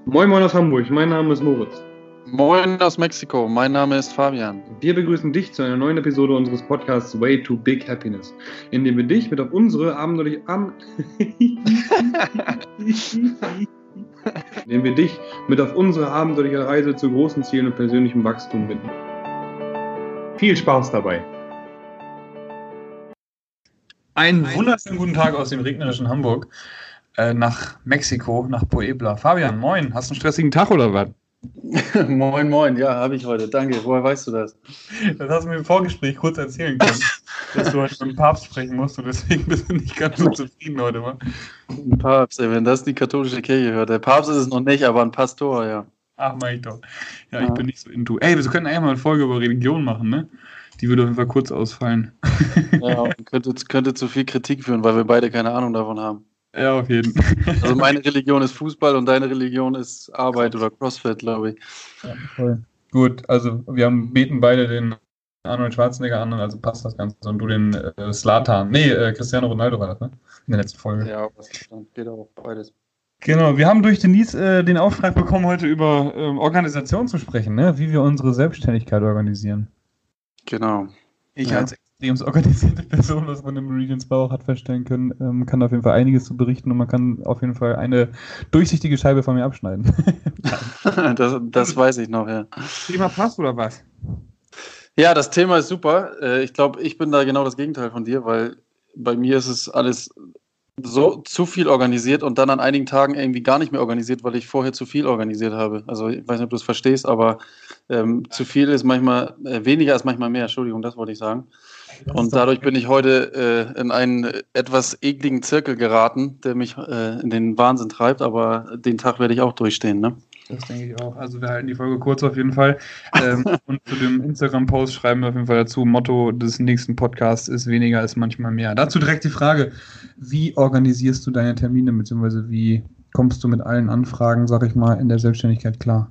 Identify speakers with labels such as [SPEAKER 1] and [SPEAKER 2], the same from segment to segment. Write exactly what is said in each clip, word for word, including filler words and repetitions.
[SPEAKER 1] Moin Moin aus Hamburg, mein Name ist Moritz.
[SPEAKER 2] Moin aus Mexiko, mein Name ist Fabian.
[SPEAKER 1] Wir begrüßen dich zu einer neuen Episode unseres Podcasts Way to Big Happiness, in dem wir dich mit auf unsere abenteuerliche Am in dem wir dich mit auf unsere abenteuerliche Reise zu großen Zielen und persönlichem Wachstum bitten. Viel Spaß dabei!
[SPEAKER 3] Einen wunderschönen guten Tag aus dem regnerischen Hamburg äh, nach Mexiko, nach Puebla. Fabian, moin, hast du einen stressigen Tag oder was?
[SPEAKER 2] Moin, moin, ja, habe ich heute, danke. Woher weißt du das?
[SPEAKER 3] Das hast du mir im Vorgespräch kurz erzählen können, dass du heute mit dem Papst sprechen musst und deswegen bist du nicht ganz so zufrieden heute, wa?
[SPEAKER 2] Ein Papst, ey, wenn das die katholische Kirche hört. Der Papst ist es noch nicht, aber ein Pastor, ja.
[SPEAKER 3] Ach, mach ich doch. Ja,
[SPEAKER 2] Ja.
[SPEAKER 3] ich bin nicht so into. Ey, wir könnten eigentlich mal eine Folge über Religion machen, ne? Die würde auf jeden Fall kurz ausfallen.
[SPEAKER 2] Ja, und könnte, könnte zu viel Kritik führen, weil wir beide keine Ahnung davon haben.
[SPEAKER 3] Ja, auf jeden Fall.
[SPEAKER 2] Also meine Religion ist Fußball und deine Religion ist Arbeit oder Crossfit, glaube ich.
[SPEAKER 3] Ja, voll. Gut, also wir haben beten beide den Arnold Schwarzenegger an, also passt das Ganze. Und du den äh, Zlatan. Nee, äh, Cristiano Ronaldo war das, ne? In der letzten Folge.
[SPEAKER 2] Ja, das geht auch beides.
[SPEAKER 3] Genau, wir haben durch Denise äh, den Auftrag bekommen, heute über ähm, Organisation zu sprechen, ne? Wie wir unsere Selbstständigkeit organisieren.
[SPEAKER 2] Genau.
[SPEAKER 3] Ich
[SPEAKER 2] Ja.
[SPEAKER 3] als extrem organisierte Person, was man im Meridian Spa auch hat feststellen können, ähm, kann auf jeden Fall einiges zu berichten und man kann auf jeden Fall eine durchsichtige Scheibe von mir abschneiden.
[SPEAKER 2] das, das weiß ich noch, ja.
[SPEAKER 3] Thema passt oder was?
[SPEAKER 2] Ja, das Thema ist super. Äh, Ich glaube, ich bin da genau das Gegenteil von dir, weil bei mir ist es alles so zu viel organisiert und dann an einigen Tagen irgendwie gar nicht mehr organisiert, weil ich vorher zu viel organisiert habe. Also ich weiß nicht, ob du es verstehst, aber ähm, zu viel ist manchmal, äh, weniger ist manchmal mehr, Entschuldigung, das wollte ich sagen. Und dadurch bin ich heute äh, in einen etwas ekligen Zirkel geraten, der mich äh, in den Wahnsinn treibt, aber den Tag werde ich auch durchstehen, ne?
[SPEAKER 3] Das denke ich auch. Also wir halten die Folge kurz auf jeden Fall. Ähm, und zu dem Instagram-Post schreiben wir auf jeden Fall dazu, Motto des nächsten Podcasts ist weniger ist manchmal mehr. Dazu direkt die Frage, wie organisierst du deine Termine, beziehungsweise wie kommst du mit allen Anfragen, sag ich mal, in der Selbstständigkeit klar?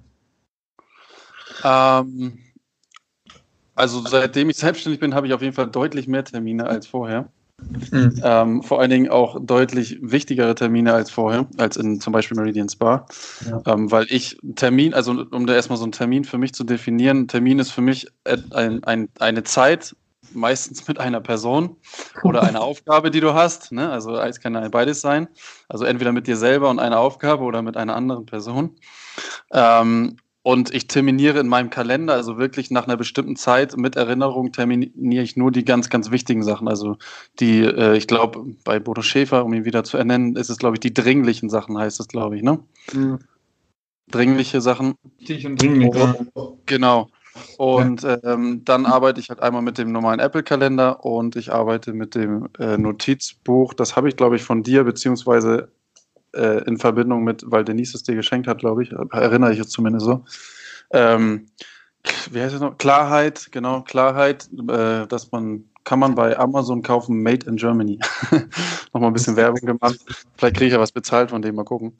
[SPEAKER 2] Ähm, also seitdem ich selbstständig bin, habe ich auf jeden Fall deutlich mehr Termine als vorher.
[SPEAKER 3] Mhm.
[SPEAKER 2] Ähm, vor allen Dingen auch deutlich wichtigere Termine als vorher, als in zum Beispiel Meridian Spa.
[SPEAKER 3] Ja.
[SPEAKER 2] Ähm, weil ich Termin, also um da erstmal so einen Termin für mich zu definieren, Termin ist für mich ein, ein, eine Zeit, meistens mit einer Person oder einer Aufgabe, die du hast. Ne? Also es kann ja beides sein. Also entweder mit dir selber und einer Aufgabe oder mit einer anderen Person. Ähm, Und ich terminiere in meinem Kalender, also wirklich nach einer bestimmten Zeit mit Erinnerung terminiere ich nur die ganz, ganz wichtigen Sachen. Also die, äh, ich glaube, bei Bodo Schäfer, um ihn wieder zu ernennen, ist es, glaube ich, die dringlichen Sachen, heißt es, glaube ich, ne?
[SPEAKER 1] Mhm.
[SPEAKER 2] Dringliche Sachen.
[SPEAKER 1] Wichtig und dringlich. Ja.
[SPEAKER 2] Genau. Und ähm, dann arbeite ich halt einmal mit dem normalen Apple-Kalender und ich arbeite mit dem äh, Notizbuch. Das habe ich, glaube ich, von dir, beziehungsweise äh, in Verbindung mit, weil Denise es dir geschenkt hat, glaube ich, erinnere ich es zumindest so. Ähm, wie heißt es noch? Klarheit, genau, Klarheit, äh, dass man, kann man bei Amazon kaufen, Made in Germany. Nochmal ein bisschen Werbung gemacht. Vielleicht kriege ich ja was bezahlt von dem, mal gucken.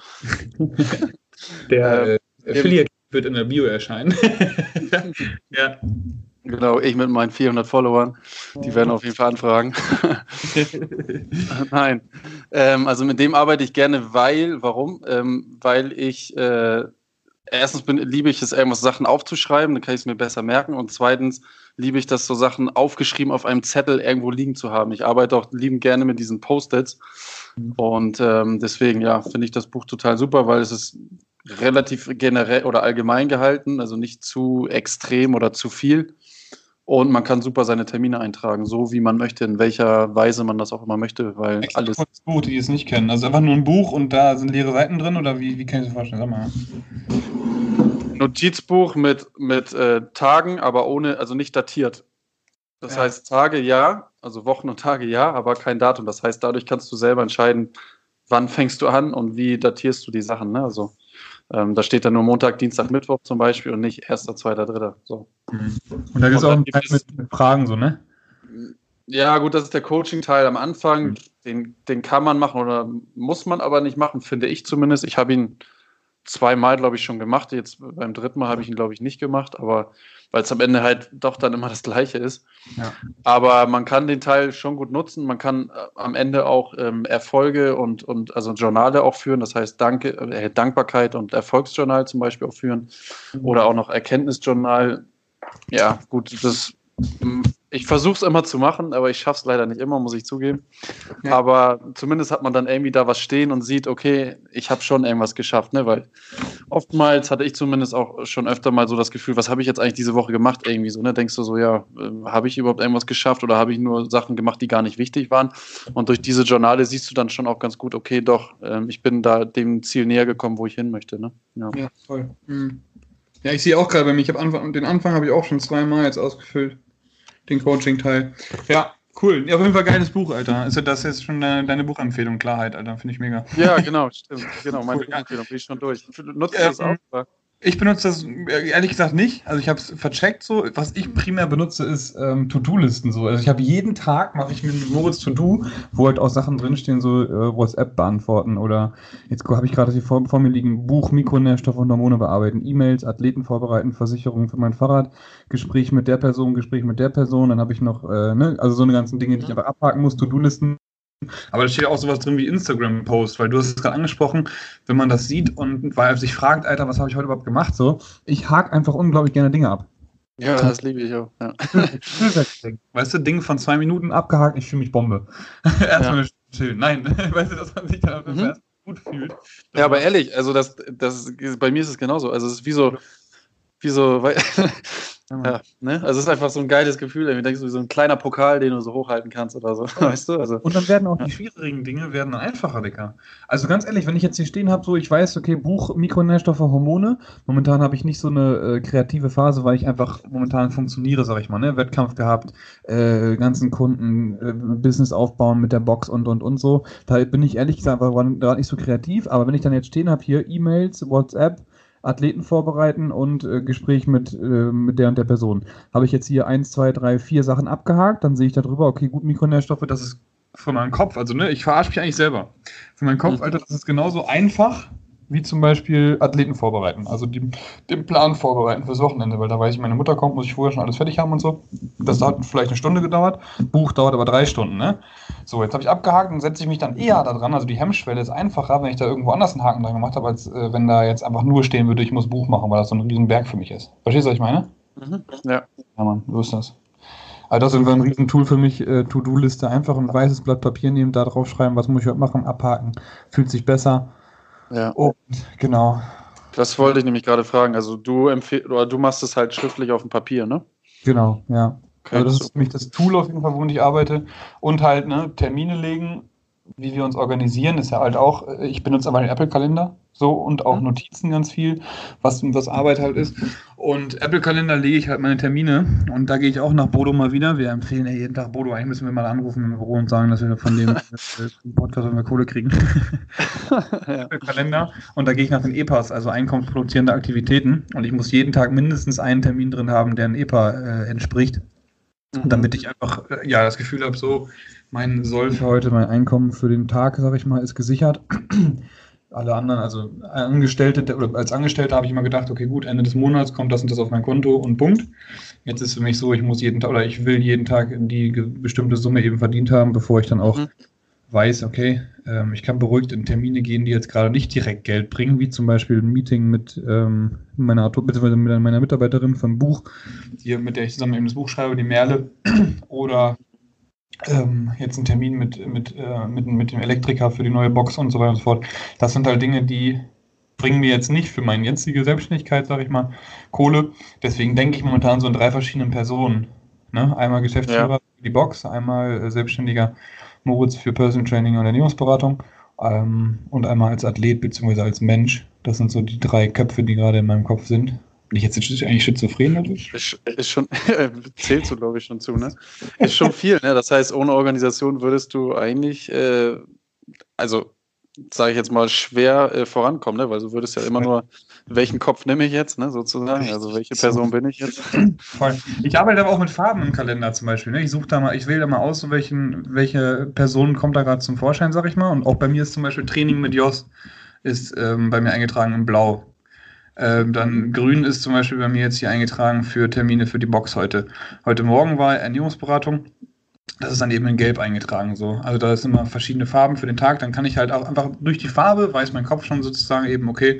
[SPEAKER 3] Der
[SPEAKER 2] Ähm,
[SPEAKER 3] äh, Affiliate wird in der Bio erscheinen. Ja.
[SPEAKER 2] Genau, ich mit meinen vierhundert Followern, die werden auf jeden Fall anfragen. Nein, ähm, also mit dem arbeite ich gerne, weil, warum? Ähm, weil ich, äh, erstens bin, liebe ich es, irgendwas Sachen aufzuschreiben, dann kann ich es mir besser merken und zweitens liebe ich das, so Sachen aufgeschrieben auf einem Zettel irgendwo liegen zu haben. Ich arbeite auch liebend gerne mit diesen Post-its und ähm, deswegen, ja, finde ich das Buch total super, weil es ist relativ generell oder allgemein gehalten, also nicht zu extrem oder zu viel. Und man kann super seine Termine eintragen, so wie man möchte, in welcher Weise man das auch immer möchte, weil alles.
[SPEAKER 3] Kurzes Buch, die es nicht kennen. Also einfach nur ein Buch und da sind leere Seiten drin oder wie, wie kann ich das vorstellen? Sag mal.
[SPEAKER 2] Notizbuch mit, mit äh, Tagen, aber ohne, also nicht datiert. Das
[SPEAKER 3] Ja.
[SPEAKER 2] heißt Tage ja, also Wochen und Tage ja, aber kein Datum. Das heißt, dadurch kannst du selber entscheiden, wann fängst du an und wie datierst du die Sachen. Ne? Also ähm, da steht dann nur Montag, Dienstag, Mittwoch zum Beispiel und nicht erster, zweiter, dritter. So.
[SPEAKER 3] Und da gibt es
[SPEAKER 2] Und
[SPEAKER 3] auch
[SPEAKER 2] dann
[SPEAKER 3] einen
[SPEAKER 2] gibt
[SPEAKER 3] Teil
[SPEAKER 2] es-
[SPEAKER 3] mit, mit Fragen, so, ne?
[SPEAKER 2] Ja, gut, das ist der Coaching-Teil am Anfang.
[SPEAKER 3] Mhm.
[SPEAKER 2] Den, den kann man machen oder muss man aber nicht machen, finde ich zumindest. Ich habe ihn zweimal, glaube ich, schon gemacht. Jetzt beim dritten Mal habe ich ihn, glaube ich, nicht gemacht, aber weil es am Ende halt doch dann immer das Gleiche ist.
[SPEAKER 3] Ja.
[SPEAKER 2] Aber man kann den Teil schon gut nutzen. Man kann äh, am Ende auch ähm, Erfolge und, und also Journale auch führen. Das heißt Danke, äh, Dankbarkeit und Erfolgsjournal zum Beispiel auch führen. Oder auch noch Erkenntnisjournal. Ja, gut, das ich versuche es immer zu machen, aber ich schaffe es leider nicht immer, muss ich zugeben. Ja. Aber zumindest hat man dann irgendwie da was stehen und sieht, okay, ich habe schon irgendwas geschafft, ne? Weil oftmals hatte ich zumindest auch schon öfter mal so das Gefühl, was habe ich jetzt eigentlich diese Woche gemacht irgendwie so, ne? Denkst du so, ja, äh, habe ich überhaupt irgendwas geschafft oder habe ich nur Sachen gemacht, die gar nicht wichtig waren? Und durch diese Journale siehst du dann schon auch ganz gut, okay, doch, äh, ich bin da dem Ziel näher gekommen, wo ich hin möchte, ne?
[SPEAKER 3] Ja, ja voll. Mhm. Ja, ich sehe auch gerade bei mir, ich habe Anfang, den Anfang habe ich auch schon zweimal jetzt ausgefüllt. Den Coaching-Teil. Ja, cool. Ja, auf jeden Fall geiles Buch, Alter. Also das ist schon deine, deine Buchempfehlung, Klarheit, Alter. Finde ich mega.
[SPEAKER 2] Ja, genau, stimmt. Genau, meine cool. Buchempfehlung bin ich schon durch. Nutzt du
[SPEAKER 3] ähm,
[SPEAKER 2] das auch? Oder?
[SPEAKER 3] Ich benutze das ehrlich gesagt nicht. Also ich habe es vercheckt so. Was ich primär benutze, ist ähm, To-Do-Listen so. Also ich habe jeden Tag, mache ich mir ein Moritz To-Do, wo halt auch Sachen drinstehen, so äh, WhatsApp beantworten oder jetzt habe ich gerade hier vor, vor mir liegen, Buch, Mikronährstoffe und Hormone bearbeiten, E-Mails, Athleten vorbereiten, Versicherungen für mein Fahrrad, Gespräch mit der Person, Gespräch mit der Person, dann habe ich noch, äh, ne, also so eine ganzen Dinge, die ich einfach abhaken muss, To-Do-Listen. Aber da steht auch sowas drin wie Instagram-Post, weil du hast es gerade angesprochen, wenn man das sieht und weil er sich fragt, Alter, was habe ich heute überhaupt gemacht, so, ich hake einfach unglaublich gerne Dinge ab.
[SPEAKER 2] Ja, das liebe ich auch. Ja.
[SPEAKER 3] Weißt du, Ding von zwei Minuten abgehakt, ich fühle mich Bombe. Erstmal ja. chillen. Nein, weißt du, dass man sich dann mhm. erst gut fühlt.
[SPEAKER 2] Ja, aber ehrlich, also das, das, bei mir ist es genauso. Also es ist wie so, wie so, ja, ne? Also es ist einfach so ein geiles Gefühl, du denkst, wie so ein kleiner Pokal, den du so hochhalten kannst oder so, weißt du? Also,
[SPEAKER 3] und dann werden auch die schwierigen Dinge werden dann einfacher, Dicker. Also ganz ehrlich, wenn ich jetzt hier stehen habe, so ich weiß, okay, Buch, Mikronährstoffe, Hormone, momentan habe ich nicht so eine äh, kreative Phase, weil ich einfach momentan funktioniere, sag ich mal, ne? Wettkampf gehabt, äh, ganzen Kunden, äh, Business aufbauen mit der Box und und und so. Da bin ich ehrlich gesagt gerade nicht so kreativ, aber wenn ich dann jetzt stehen habe, hier E-Mails, WhatsApp, Athleten vorbereiten und äh, Gespräch mit, äh, mit der und der Person. Habe ich jetzt hier eins, zwei, drei, vier Sachen abgehakt, dann sehe ich da drüber, okay, gut, Mikronährstoffe, das ist für meinen Kopf, also ne, ich verarsche mich eigentlich selber. Für meinen Kopf, Alter, das ist genauso einfach, wie zum Beispiel Athleten vorbereiten, also die, den Plan vorbereiten fürs Wochenende, weil da weiß ich, meine Mutter kommt, muss ich vorher schon alles fertig haben und so. Das hat vielleicht eine Stunde gedauert, Buch dauert aber drei Stunden, ne? So, jetzt habe ich abgehakt und setze ich mich dann eher da dran, also die Hemmschwelle ist einfacher, wenn ich da irgendwo anders einen Haken dran gemacht habe, als äh, wenn da jetzt einfach nur stehen würde, ich muss Buch machen, weil das so ein riesen Berg für mich ist. Verstehst du, was ich meine?
[SPEAKER 2] Mhm. Ja.
[SPEAKER 3] Ja, Mann, so ist das. Also das ist ein riesen Tool für mich, äh, To-Do-Liste, einfach ein weißes Blatt Papier nehmen, da drauf schreiben, was muss ich heute machen, abhaken, fühlt sich besser.
[SPEAKER 2] Ja.
[SPEAKER 3] Und genau.
[SPEAKER 2] Das wollte ich nämlich gerade fragen. Also du empfehlst oder du machst es halt schriftlich auf dem Papier, ne?
[SPEAKER 3] Genau, ja.
[SPEAKER 2] Okay,
[SPEAKER 3] also das
[SPEAKER 2] so.
[SPEAKER 3] ist für mich das Tool auf jeden Fall, womit ich arbeite. Und halt, ne, Termine legen, wie wir uns organisieren, ist ja halt auch, ich benutze aber den Apple-Kalender so und auch Notizen ganz viel, was, was Arbeit halt ist. Und Apple-Kalender lege ich halt meine Termine und da gehe ich auch nach Bodo mal wieder. Wir empfehlen ja jeden Tag Bodo, eigentlich müssen wir mal anrufen im Büro und sagen, dass wir von dem Podcast mehr Kohle kriegen. Ja. Apple-Kalender und da gehe ich nach den E P As, also einkommensproduzierende Aktivitäten und ich muss jeden Tag mindestens einen Termin drin haben, der ein E P A äh, entspricht. Mhm. Damit ich einfach äh, ja das Gefühl habe, so mein Soll für heute, mein Einkommen für den Tag, sag ich mal, ist gesichert. Alle anderen, also Angestellte, oder als Angestellter habe ich immer gedacht, okay, gut, Ende des Monats kommt das und das auf mein Konto und Punkt. Jetzt ist für mich so, ich muss jeden Tag, oder ich will jeden Tag die bestimmte Summe eben verdient haben, bevor ich dann auch mhm. weiß, okay, ähm, ich kann beruhigt in Termine gehen, die jetzt gerade nicht direkt Geld bringen, wie zum Beispiel ein Meeting mit ähm, meiner Autor, beziehungsweise mit meiner Mitarbeiterin vom Buch, die, mit der ich zusammen eben das Buch schreibe, die Merle, oder Ähm, jetzt ein Termin mit, mit, äh, mit, mit dem Elektriker für die neue Box und so weiter und so fort. Das sind halt Dinge, die bringen mir jetzt nicht für meine jetzige Selbstständigkeit, sag ich mal, Kohle. Deswegen denke ich momentan so in drei verschiedenen Personen. Ne? Einmal Geschäftsführer ja. für die Box, einmal äh, Selbstständiger Moritz für Personal Training und Ernährungsberatung ähm, und einmal als Athlet bzw. als Mensch. Das sind so die drei Köpfe, die gerade in meinem Kopf sind. Bin ich jetzt eigentlich schizophren natürlich?
[SPEAKER 2] Ist, ist schon, zählst du glaube ich schon zu, ne? Ist schon viel, ne? Das heißt, ohne Organisation würdest du eigentlich, äh, also sage ich jetzt mal, schwer äh, vorankommen, ne? Weil du würdest ja immer nur, welchen Kopf nehme ich jetzt, ne? Sozusagen, also welche Person bin ich jetzt?
[SPEAKER 3] Voll. Ich arbeite aber auch mit Farben im Kalender zum Beispiel, ne? Ich suche da mal, ich wähle da mal aus, so welchen, welche Person kommt da gerade zum Vorschein, sag ich mal. Und auch bei mir ist zum Beispiel Training mit Jos ist ähm, bei mir eingetragen in Blau. Ähm, dann Grün ist zum Beispiel bei mir jetzt hier eingetragen für Termine für die Box heute. Heute Morgen war Ernährungsberatung. Das ist dann eben in Gelb eingetragen so. Also da ist immer verschiedene Farben für den Tag. Dann kann ich halt auch einfach durch die Farbe, weiß mein Kopf schon sozusagen eben, okay,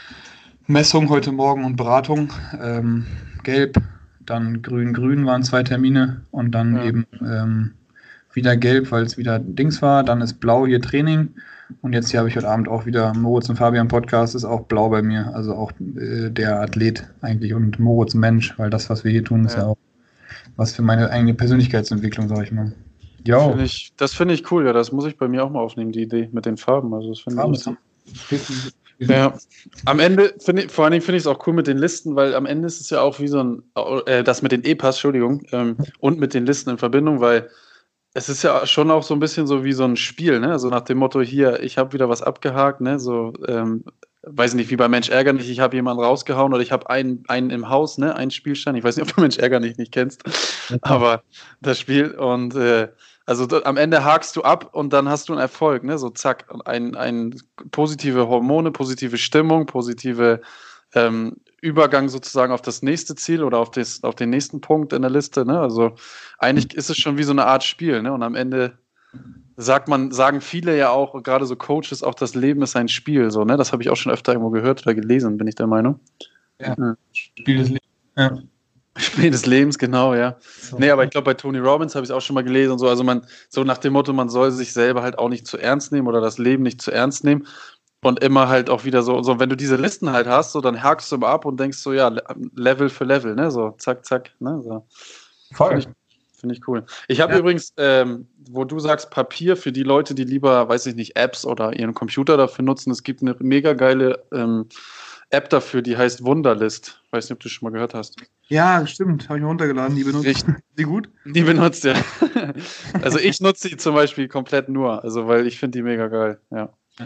[SPEAKER 3] Messung heute Morgen und Beratung. Ähm, Gelb, dann Grün, Grün waren zwei Termine und dann ja. eben ähm, wieder Gelb, weil es wieder Dings war. Dann ist Blau hier Training. Und jetzt hier habe ich heute Abend auch wieder Moritz und Fabian Podcast, ist auch blau bei mir, also auch äh, der Athlet eigentlich und Moritz Mensch, weil das, was wir hier tun, ist ja, ja auch was für meine eigene Persönlichkeitsentwicklung, sag ich mal.
[SPEAKER 2] Jo. Find ich, das finde ich cool, ja, das muss ich bei mir auch mal aufnehmen, die Idee mit den Farben, also das finde ich ja, am Ende, finde ich, vor allen Dingen finde ich es auch cool mit den Listen, weil am Ende ist es ja auch wie so ein, äh, das mit den E-Pass, Entschuldigung, ähm, und mit den Listen in Verbindung, weil es ist ja schon auch so ein bisschen so wie so ein Spiel, ne? So nach dem Motto, hier, ich habe wieder was abgehakt, ne? So, ähm, weiß nicht, wie bei Mensch ärgerlich, ich habe jemanden rausgehauen oder ich habe einen, einen im Haus, ne? Einen Spielstand. Ich weiß nicht, ob du Mensch ärgerlich nicht kennst, ja. Aber das Spiel und äh, also da, am Ende hakst du ab und dann hast du einen Erfolg, ne? So zack, ein, ein positive Hormone, positive Stimmung, positive ähm, Übergang sozusagen auf das nächste Ziel oder auf, das, auf den nächsten Punkt in der Liste, ne? Also eigentlich ist es schon wie so eine Art Spiel, ne? Und am Ende sagt man, sagen viele ja auch, gerade so Coaches, auch das Leben ist ein Spiel, so, ne? Das habe ich auch schon öfter irgendwo gehört oder gelesen, bin ich der Meinung.
[SPEAKER 3] Ja, ja. Spiel des Lebens. Ja.
[SPEAKER 2] Spiel des Lebens, genau, ja. So. Nee, aber ich glaube, bei Tony Robbins habe ich es auch schon mal gelesen und so, also man, so nach dem Motto, man soll sich selber halt auch nicht zu ernst nehmen oder das Leben nicht zu ernst nehmen. Und immer halt auch wieder so, so, wenn du diese Listen halt hast, so, dann hakst du immer ab und denkst so, ja, Level für Level, ne, so, zack, zack, ne, so.
[SPEAKER 3] Voll.
[SPEAKER 2] Finde ich, find ich cool. Ich habe ja. übrigens, ähm, wo du sagst Papier, für die Leute, die lieber, weiß ich nicht, Apps oder ihren Computer dafür nutzen, es gibt eine mega geile ähm, App dafür, die heißt Wunderlist. Weiß nicht, ob du schon mal gehört hast.
[SPEAKER 3] Ja, stimmt, habe ich mir runtergeladen, die benutzt.
[SPEAKER 2] Richtig.
[SPEAKER 3] Die gut?
[SPEAKER 2] Die benutzt, ja. Also ich nutze die zum Beispiel komplett nur, also weil ich finde die mega geil, ja.
[SPEAKER 3] Ja.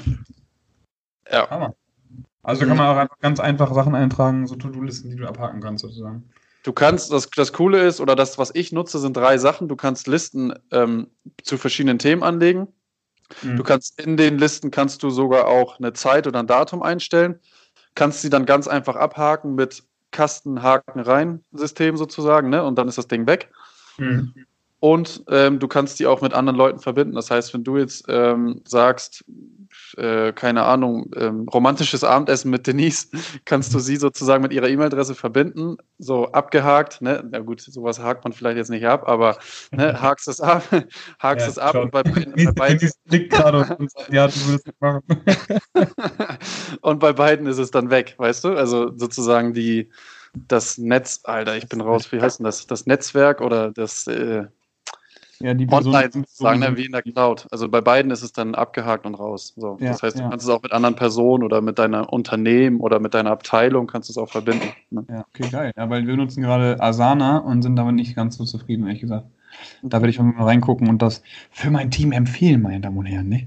[SPEAKER 3] Ja. Also kann man auch einfach ganz einfache Sachen eintragen, so To-Do-Listen, die du abhaken kannst, sozusagen.
[SPEAKER 2] Du kannst, das, das Coole ist, oder das, was ich nutze, sind drei Sachen. Du kannst Listen ähm, zu verschiedenen Themen anlegen. Mhm. Du kannst in den Listen kannst du sogar auch eine Zeit oder ein Datum einstellen. Kannst sie dann ganz einfach abhaken mit Kasten-Haken-Rein-System sozusagen, ne? Und dann ist das Ding weg. Mhm. Und ähm, du kannst die auch mit anderen Leuten verbinden. Das heißt, wenn du jetzt ähm, sagst, äh, keine Ahnung, ähm, romantisches Abendessen mit Denise, kannst du sie sozusagen mit ihrer E-Mail-Adresse verbinden, so abgehakt, ne? Na gut, sowas hakt man vielleicht jetzt nicht ab, aber ne, hakst es ab, hakst ja, es ab
[SPEAKER 3] schon.
[SPEAKER 2] Und bei, bei beiden
[SPEAKER 3] gerade und ja, du würdest es machen.
[SPEAKER 2] Und bei beiden ist es dann weg, weißt du? Also sozusagen die das Netz, Alter, ich bin raus, wie heißt denn das? Das Netzwerk oder das äh,
[SPEAKER 3] ja, die
[SPEAKER 2] Online sozusagen, ne, wie in der Cloud. Also bei beiden ist es dann abgehakt und raus. So. Ja, das heißt, du ja. kannst es auch mit anderen Personen oder mit deiner Unternehmen oder mit deiner Abteilung kannst du es auch verbinden. Ne?
[SPEAKER 3] Ja, okay, geil. Ja, weil wir nutzen gerade Asana und sind damit nicht ganz so zufrieden, ehrlich gesagt. Da werde ich mal reingucken und das für mein Team empfehlen, meine Damen und Herren. Ne?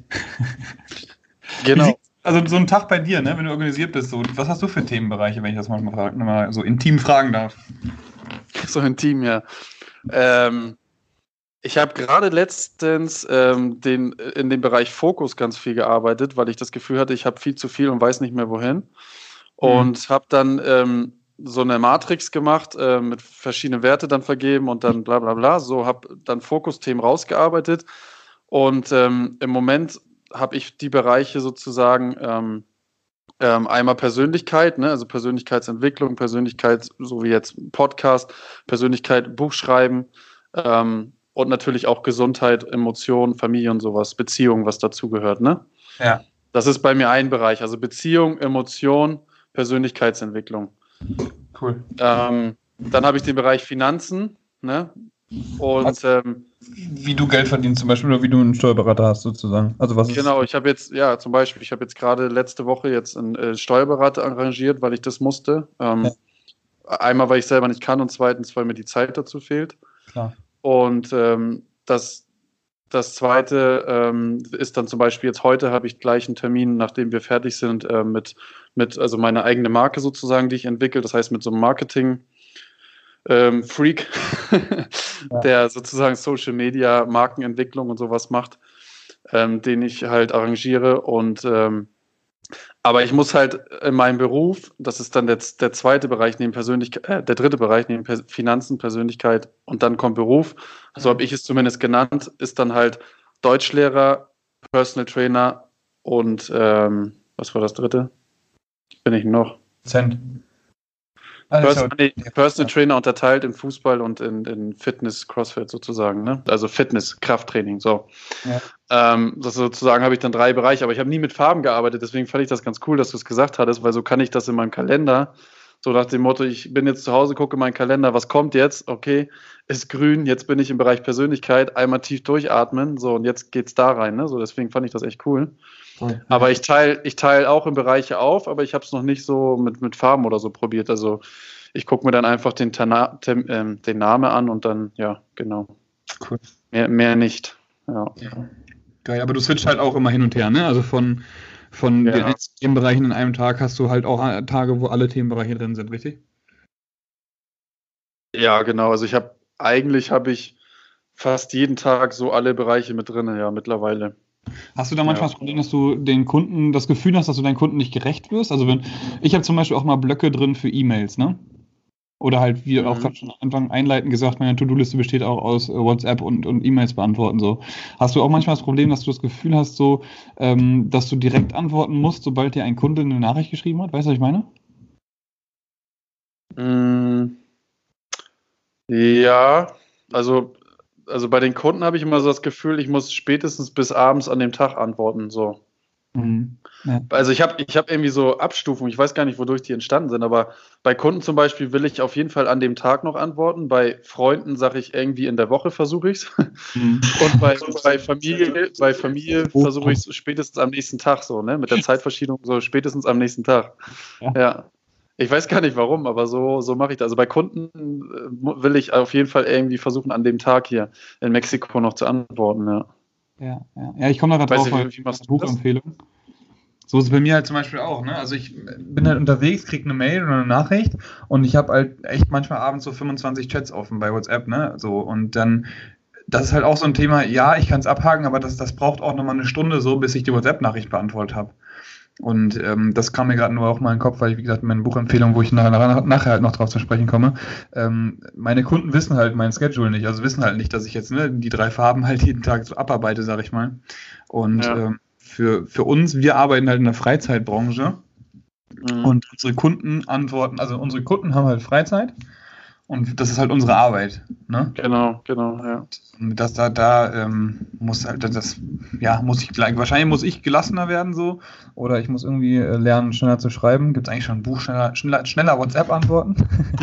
[SPEAKER 2] Genau.
[SPEAKER 3] Also so ein Tag bei dir, ne, wenn du organisiert bist, so, was hast du für Themenbereiche, wenn ich das mal, mal so intim fragen darf?
[SPEAKER 2] So intim, ja. Ähm, ich habe gerade letztens ähm, den, in dem Bereich Fokus ganz viel gearbeitet, weil ich das Gefühl hatte, ich habe viel zu viel und weiß nicht mehr wohin. Und mhm. habe dann ähm, so eine Matrix gemacht, äh, mit verschiedenen Werte dann vergeben und dann bla bla bla. So habe dann Fokusthemen rausgearbeitet. Und ähm, im Moment habe ich die Bereiche sozusagen ähm, ähm, einmal Persönlichkeit, ne? Also Persönlichkeitsentwicklung, Persönlichkeit, so wie jetzt Podcast, Persönlichkeit, Buchschreiben, ähm, und natürlich auch Gesundheit, Emotionen, Familie und sowas, Beziehung, was dazugehört, ne?
[SPEAKER 3] Ja.
[SPEAKER 2] Das ist bei mir ein Bereich, also Beziehung, Emotion, Persönlichkeitsentwicklung.
[SPEAKER 3] Cool.
[SPEAKER 2] Ähm, dann habe ich den Bereich Finanzen, ne? Und
[SPEAKER 3] also,
[SPEAKER 2] ähm,
[SPEAKER 3] wie du Geld verdienst zum Beispiel oder wie du einen Steuerberater hast sozusagen. Also was ist
[SPEAKER 2] genau, ich habe jetzt, ja, zum Beispiel, ich habe jetzt gerade letzte Woche jetzt einen äh, Steuerberater arrangiert, weil ich das musste. Ähm, ja. Einmal, weil ich selber nicht kann und zweitens, weil mir die Zeit dazu fehlt.
[SPEAKER 3] Klar.
[SPEAKER 2] Und ähm, das, das Zweite ähm, ist dann zum Beispiel jetzt heute habe ich gleich einen Termin, nachdem wir fertig sind, äh, mit, mit, also meine eigene Marke sozusagen, die ich entwickle. Das heißt, mit so einem Marketing ähm, Freak, ja. der sozusagen Social Media, Markenentwicklung und sowas macht, ähm, den ich halt arrangiere. Und ähm, Aber ich muss halt in meinem Beruf, das ist dann der, der zweite Bereich neben Persönlichkeit, äh, der dritte Bereich neben per Finanzen, Persönlichkeit und dann kommt Beruf. So habe ich es zumindest genannt, ist dann halt Deutschlehrer, Personal Trainer und ähm, was war das dritte? Bin ich noch?
[SPEAKER 3] Cent.
[SPEAKER 2] Person, nee, Personal Trainer unterteilt in Fußball und in, in Fitness, Crossfit sozusagen, ne? Also Fitness, Krafttraining, so. Ja. Ähm, das sozusagen habe ich dann drei Bereiche, aber ich habe nie mit Farben gearbeitet, deswegen fand ich das ganz cool, dass du es gesagt hattest, weil so kann ich das in meinem Kalender, so nach dem Motto, ich bin jetzt zu Hause, gucke meinen Kalender, was kommt jetzt? Okay, ist grün, jetzt bin ich im Bereich Persönlichkeit, einmal tief durchatmen, so und jetzt geht's da rein, ne? So, deswegen fand ich das echt cool. Cool. Aber ich teile ich teil auch in Bereiche auf, aber ich habe es noch nicht so mit, mit Farben oder so probiert. Also ich gucke mir dann einfach den, Tana, tem, ähm, den Namen an und dann, ja, genau.
[SPEAKER 3] Cool.
[SPEAKER 2] Mehr, mehr nicht. Ja.
[SPEAKER 3] Ja. Geil, aber du switcht halt auch immer hin und her, ne? Also von, von ja. den einzelnen Themenbereichen in einem Tag hast du halt auch Tage, wo alle Themenbereiche drin sind, richtig?
[SPEAKER 2] Ja, genau. Also ich habe, eigentlich habe ich fast jeden Tag so alle Bereiche mit drin, ja, mittlerweile.
[SPEAKER 3] Hast du da manchmal ja. das Problem, dass du den Kunden das Gefühl hast, dass du deinen Kunden nicht gerecht wirst? Also wenn ich habe zum Beispiel auch mal Blöcke drin für E-Mails, ne? Oder halt, wie mhm. auch gerade schon am Anfang einleitend gesagt, meine To-Do-Liste besteht auch aus WhatsApp und, und E-Mails beantworten. So. Hast du auch manchmal das Problem, dass du das Gefühl hast, so, ähm, dass du direkt antworten musst, sobald dir ein Kunde eine Nachricht geschrieben hat? Weißt du, was ich meine?
[SPEAKER 2] Mm, ja, also Also bei den Kunden habe ich immer so das Gefühl, ich muss spätestens bis abends an dem Tag antworten. So. Mhm. Ja. Also ich habe ich hab irgendwie so Abstufungen, ich weiß gar nicht, wodurch die entstanden sind, aber bei Kunden zum Beispiel will ich auf jeden Fall an dem Tag noch antworten. Bei Freunden sage ich irgendwie in der Woche versuche ich es. Mhm. Und bei, bei Familie, bei Familie versuche ich es spätestens am nächsten Tag so, ne? Mit der Zeitverschiebung so spätestens am nächsten Tag. Ja. ja. Ich weiß gar nicht warum, aber so, so mache ich das. Also bei Kunden will ich auf jeden Fall irgendwie versuchen, an dem Tag hier in Mexiko noch zu antworten. Ja,
[SPEAKER 3] ja, ja. ja ich komme da gerade drauf, weil ich mache Buchempfehlung. So ist es bei mir halt zum Beispiel auch. Ne? Also ich bin halt unterwegs, kriege eine Mail oder eine Nachricht und ich habe halt echt manchmal abends so fünfundzwanzig Chats offen bei WhatsApp. Ne? So, und dann, das ist halt auch so ein Thema, ja, ich kann es abhaken, aber das, das braucht auch nochmal eine Stunde so, bis ich die WhatsApp-Nachricht beantwortet habe. Und ähm, das kam mir gerade nur auch mal in den Kopf, weil ich, wie gesagt, meine Buchempfehlung, wo ich nachher, nachher halt noch drauf zu sprechen komme, ähm, meine Kunden wissen halt mein Schedule nicht, also wissen halt nicht, dass ich jetzt ne, die drei Farben halt jeden Tag so abarbeite, sag ich mal. Und ja. ähm, für, für uns, wir arbeiten halt in der Freizeitbranche mhm. und unsere Kunden antworten, also unsere Kunden haben halt Freizeit. Und das ist halt unsere Arbeit, ne?
[SPEAKER 2] Genau, genau, ja.
[SPEAKER 3] Und das da, da ähm, muss halt das, ja, muss ich wahrscheinlich muss ich gelassener werden so, oder ich muss irgendwie äh, lernen, schneller zu schreiben. Gibt es eigentlich schon ein Buch, schneller, schneller, schneller WhatsApp antworten?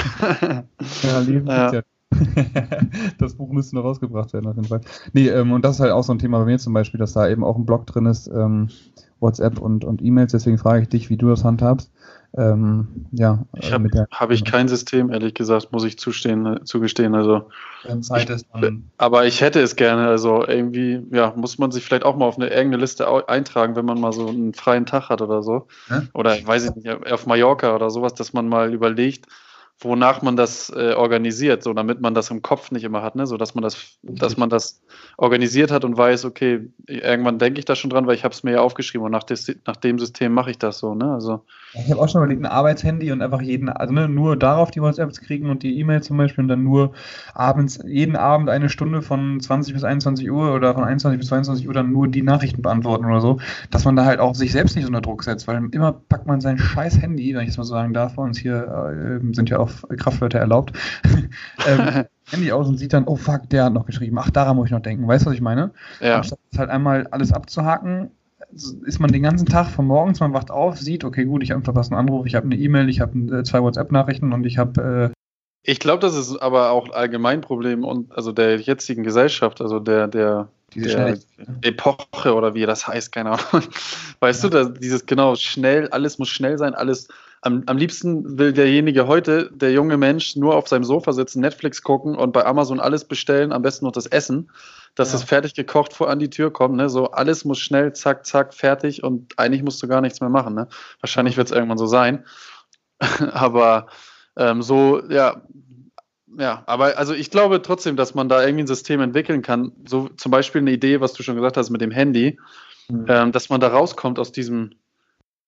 [SPEAKER 3] ja, lesen ja. ja. Das Buch müsste noch rausgebracht werden auf jeden Fall. Nee, ähm, und das ist halt auch so ein Thema bei mir zum Beispiel, dass da eben auch ein Blog drin ist, ähm, WhatsApp und, und E-Mails, deswegen frage ich dich, wie du das handhabst. Ähm, ja,
[SPEAKER 2] ich habe äh, hab ich kein System, ehrlich gesagt, muss ich zustehen, zugestehen. Also,
[SPEAKER 3] Zeit ist dann
[SPEAKER 2] aber ich hätte es gerne. Also irgendwie, ja, muss man sich vielleicht auch mal auf eine irgendeine Liste eintragen, wenn man mal so einen freien Tag hat oder so. Hä? Oder ich weiß nicht, auf Mallorca oder sowas, dass man mal überlegt, wonach man das äh, organisiert, so damit man das im Kopf nicht immer hat, ne, so dass man das, dass man das organisiert hat und weiß, okay, irgendwann denke ich da schon dran, weil ich habe es mir ja aufgeschrieben und nach, des, nach dem System mache ich das so, ne, also.
[SPEAKER 3] Ich habe auch schon überlegt, ein Arbeitshandy und einfach jeden, also ne, nur darauf die WhatsApps kriegen und die E-Mail zum Beispiel und dann nur abends, jeden Abend eine Stunde von zwanzig bis einundzwanzig Uhr oder von einundzwanzig bis zweiundzwanzig Uhr dann nur die Nachrichten beantworten oder so, dass man da halt auch sich selbst nicht unter Druck setzt, weil immer packt man sein scheiß Handy, wenn ich es mal so sagen darf, bei uns hier äh, sind ja auch Kraftwörter erlaubt, ähm, Handy aus und sieht dann, oh fuck, der hat noch geschrieben, ach, daran muss ich noch denken, weißt du, was ich meine?
[SPEAKER 2] Ja.
[SPEAKER 3] Anstatt halt einmal alles abzuhaken, ist man den ganzen Tag von morgens, man wacht auf, sieht, okay, gut, ich habe einen verpassten Anruf, ich habe eine E-Mail, ich habe äh, zwei WhatsApp-Nachrichten und ich habe... Äh
[SPEAKER 2] ich glaube, das ist aber auch ein Allgemeinproblem und also der jetzigen Gesellschaft, also der, der, der Epoche oder wie das heißt, keine Ahnung. Weißt ja. du, dass dieses genau schnell, alles muss schnell sein, alles... Am, am liebsten will derjenige heute, der junge Mensch, nur auf seinem Sofa sitzen, Netflix gucken und bei Amazon alles bestellen, am besten noch das Essen, dass ja. das fertig gekocht vor an die Tür kommt. Ne? So alles muss schnell, zack, zack, fertig und eigentlich musst du gar nichts mehr machen. Ne? Wahrscheinlich wird es irgendwann so sein. aber ähm, so, ja, ja, aber also ich glaube trotzdem, dass man da irgendwie ein System entwickeln kann. So zum Beispiel eine Idee, was du schon gesagt hast mit dem Handy, mhm. ähm, dass man da rauskommt aus diesem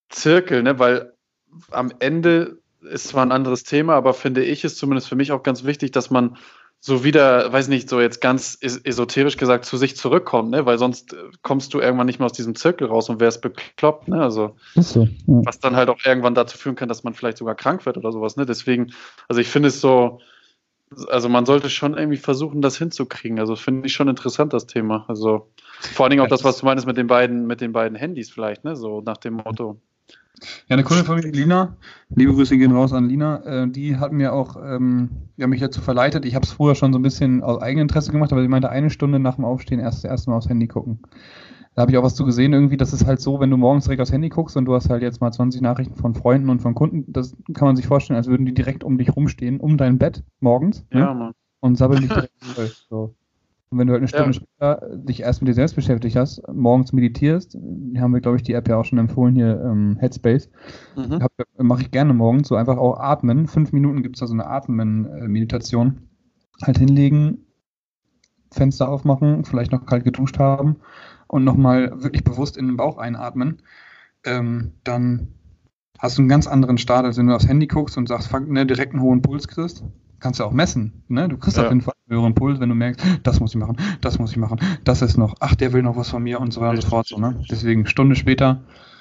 [SPEAKER 2] Zirkel, ne? Weil am Ende ist zwar ein anderes Thema, aber finde ich, ist zumindest für mich auch ganz wichtig, dass man so wieder, weiß nicht, so jetzt ganz es- esoterisch gesagt, zu sich zurückkommt, ne? Weil sonst äh, kommst du irgendwann nicht mehr aus diesem Zirkel raus und wärst bekloppt, ne? Also,
[SPEAKER 4] Ist so. Ja.
[SPEAKER 2] was dann halt auch irgendwann dazu führen kann, dass man vielleicht sogar krank wird oder sowas, ne? Deswegen, also ich finde es so, also man sollte schon irgendwie versuchen, das hinzukriegen. Also finde ich schon interessant, das Thema. Also vor allen Dingen auch das, was du meinst mit den beiden, mit den beiden Handys vielleicht, ne? So nach dem Motto.
[SPEAKER 3] Ja, eine Kundin von mir, Lina, liebe Grüße gehen raus an Lina, äh, die hat mir auch, ähm, ja, mich dazu verleitet. Ich habe es vorher schon so ein bisschen aus Eigeninteresse gemacht, aber sie meinte, eine Stunde nach dem Aufstehen erst das erste Mal aufs Handy gucken. Da habe ich auch was zu gesehen irgendwie, das ist halt so, wenn du morgens direkt aufs Handy guckst und du hast halt jetzt mal zwanzig Nachrichten von Freunden und von Kunden, das kann man sich vorstellen, als würden die direkt um dich rumstehen, um dein Bett morgens,
[SPEAKER 2] Ja,
[SPEAKER 3] ne?
[SPEAKER 2] Mann.
[SPEAKER 3] Und sabbeln dich direkt voll. So. Und wenn du halt eine Stunde
[SPEAKER 2] Ja.
[SPEAKER 3] später dich erst mit dir selbst beschäftigt hast, morgens meditierst, hier haben wir, glaube ich, die App ja auch schon empfohlen, hier ähm, Headspace,
[SPEAKER 2] Mhm.
[SPEAKER 3] mache ich gerne morgens, so einfach auch atmen. Fünf Minuten gibt es da so eine Atmen-Meditation. Halt hinlegen, Fenster aufmachen, vielleicht noch kalt geduscht haben und nochmal wirklich bewusst in den Bauch einatmen. Ähm, dann hast du einen ganz anderen Start, als wenn du aufs Handy guckst und sagst, fuck, ne, direkt einen hohen Puls kriegst. Kannst du auch messen. Ne? Du kriegst
[SPEAKER 2] Ja.
[SPEAKER 3] auf jeden Fall einen höheren Puls, wenn du merkst, das muss ich machen, das muss ich machen, das ist noch, ach, der will noch was von mir und so weiter und so fort. So, ne? Deswegen Stunde später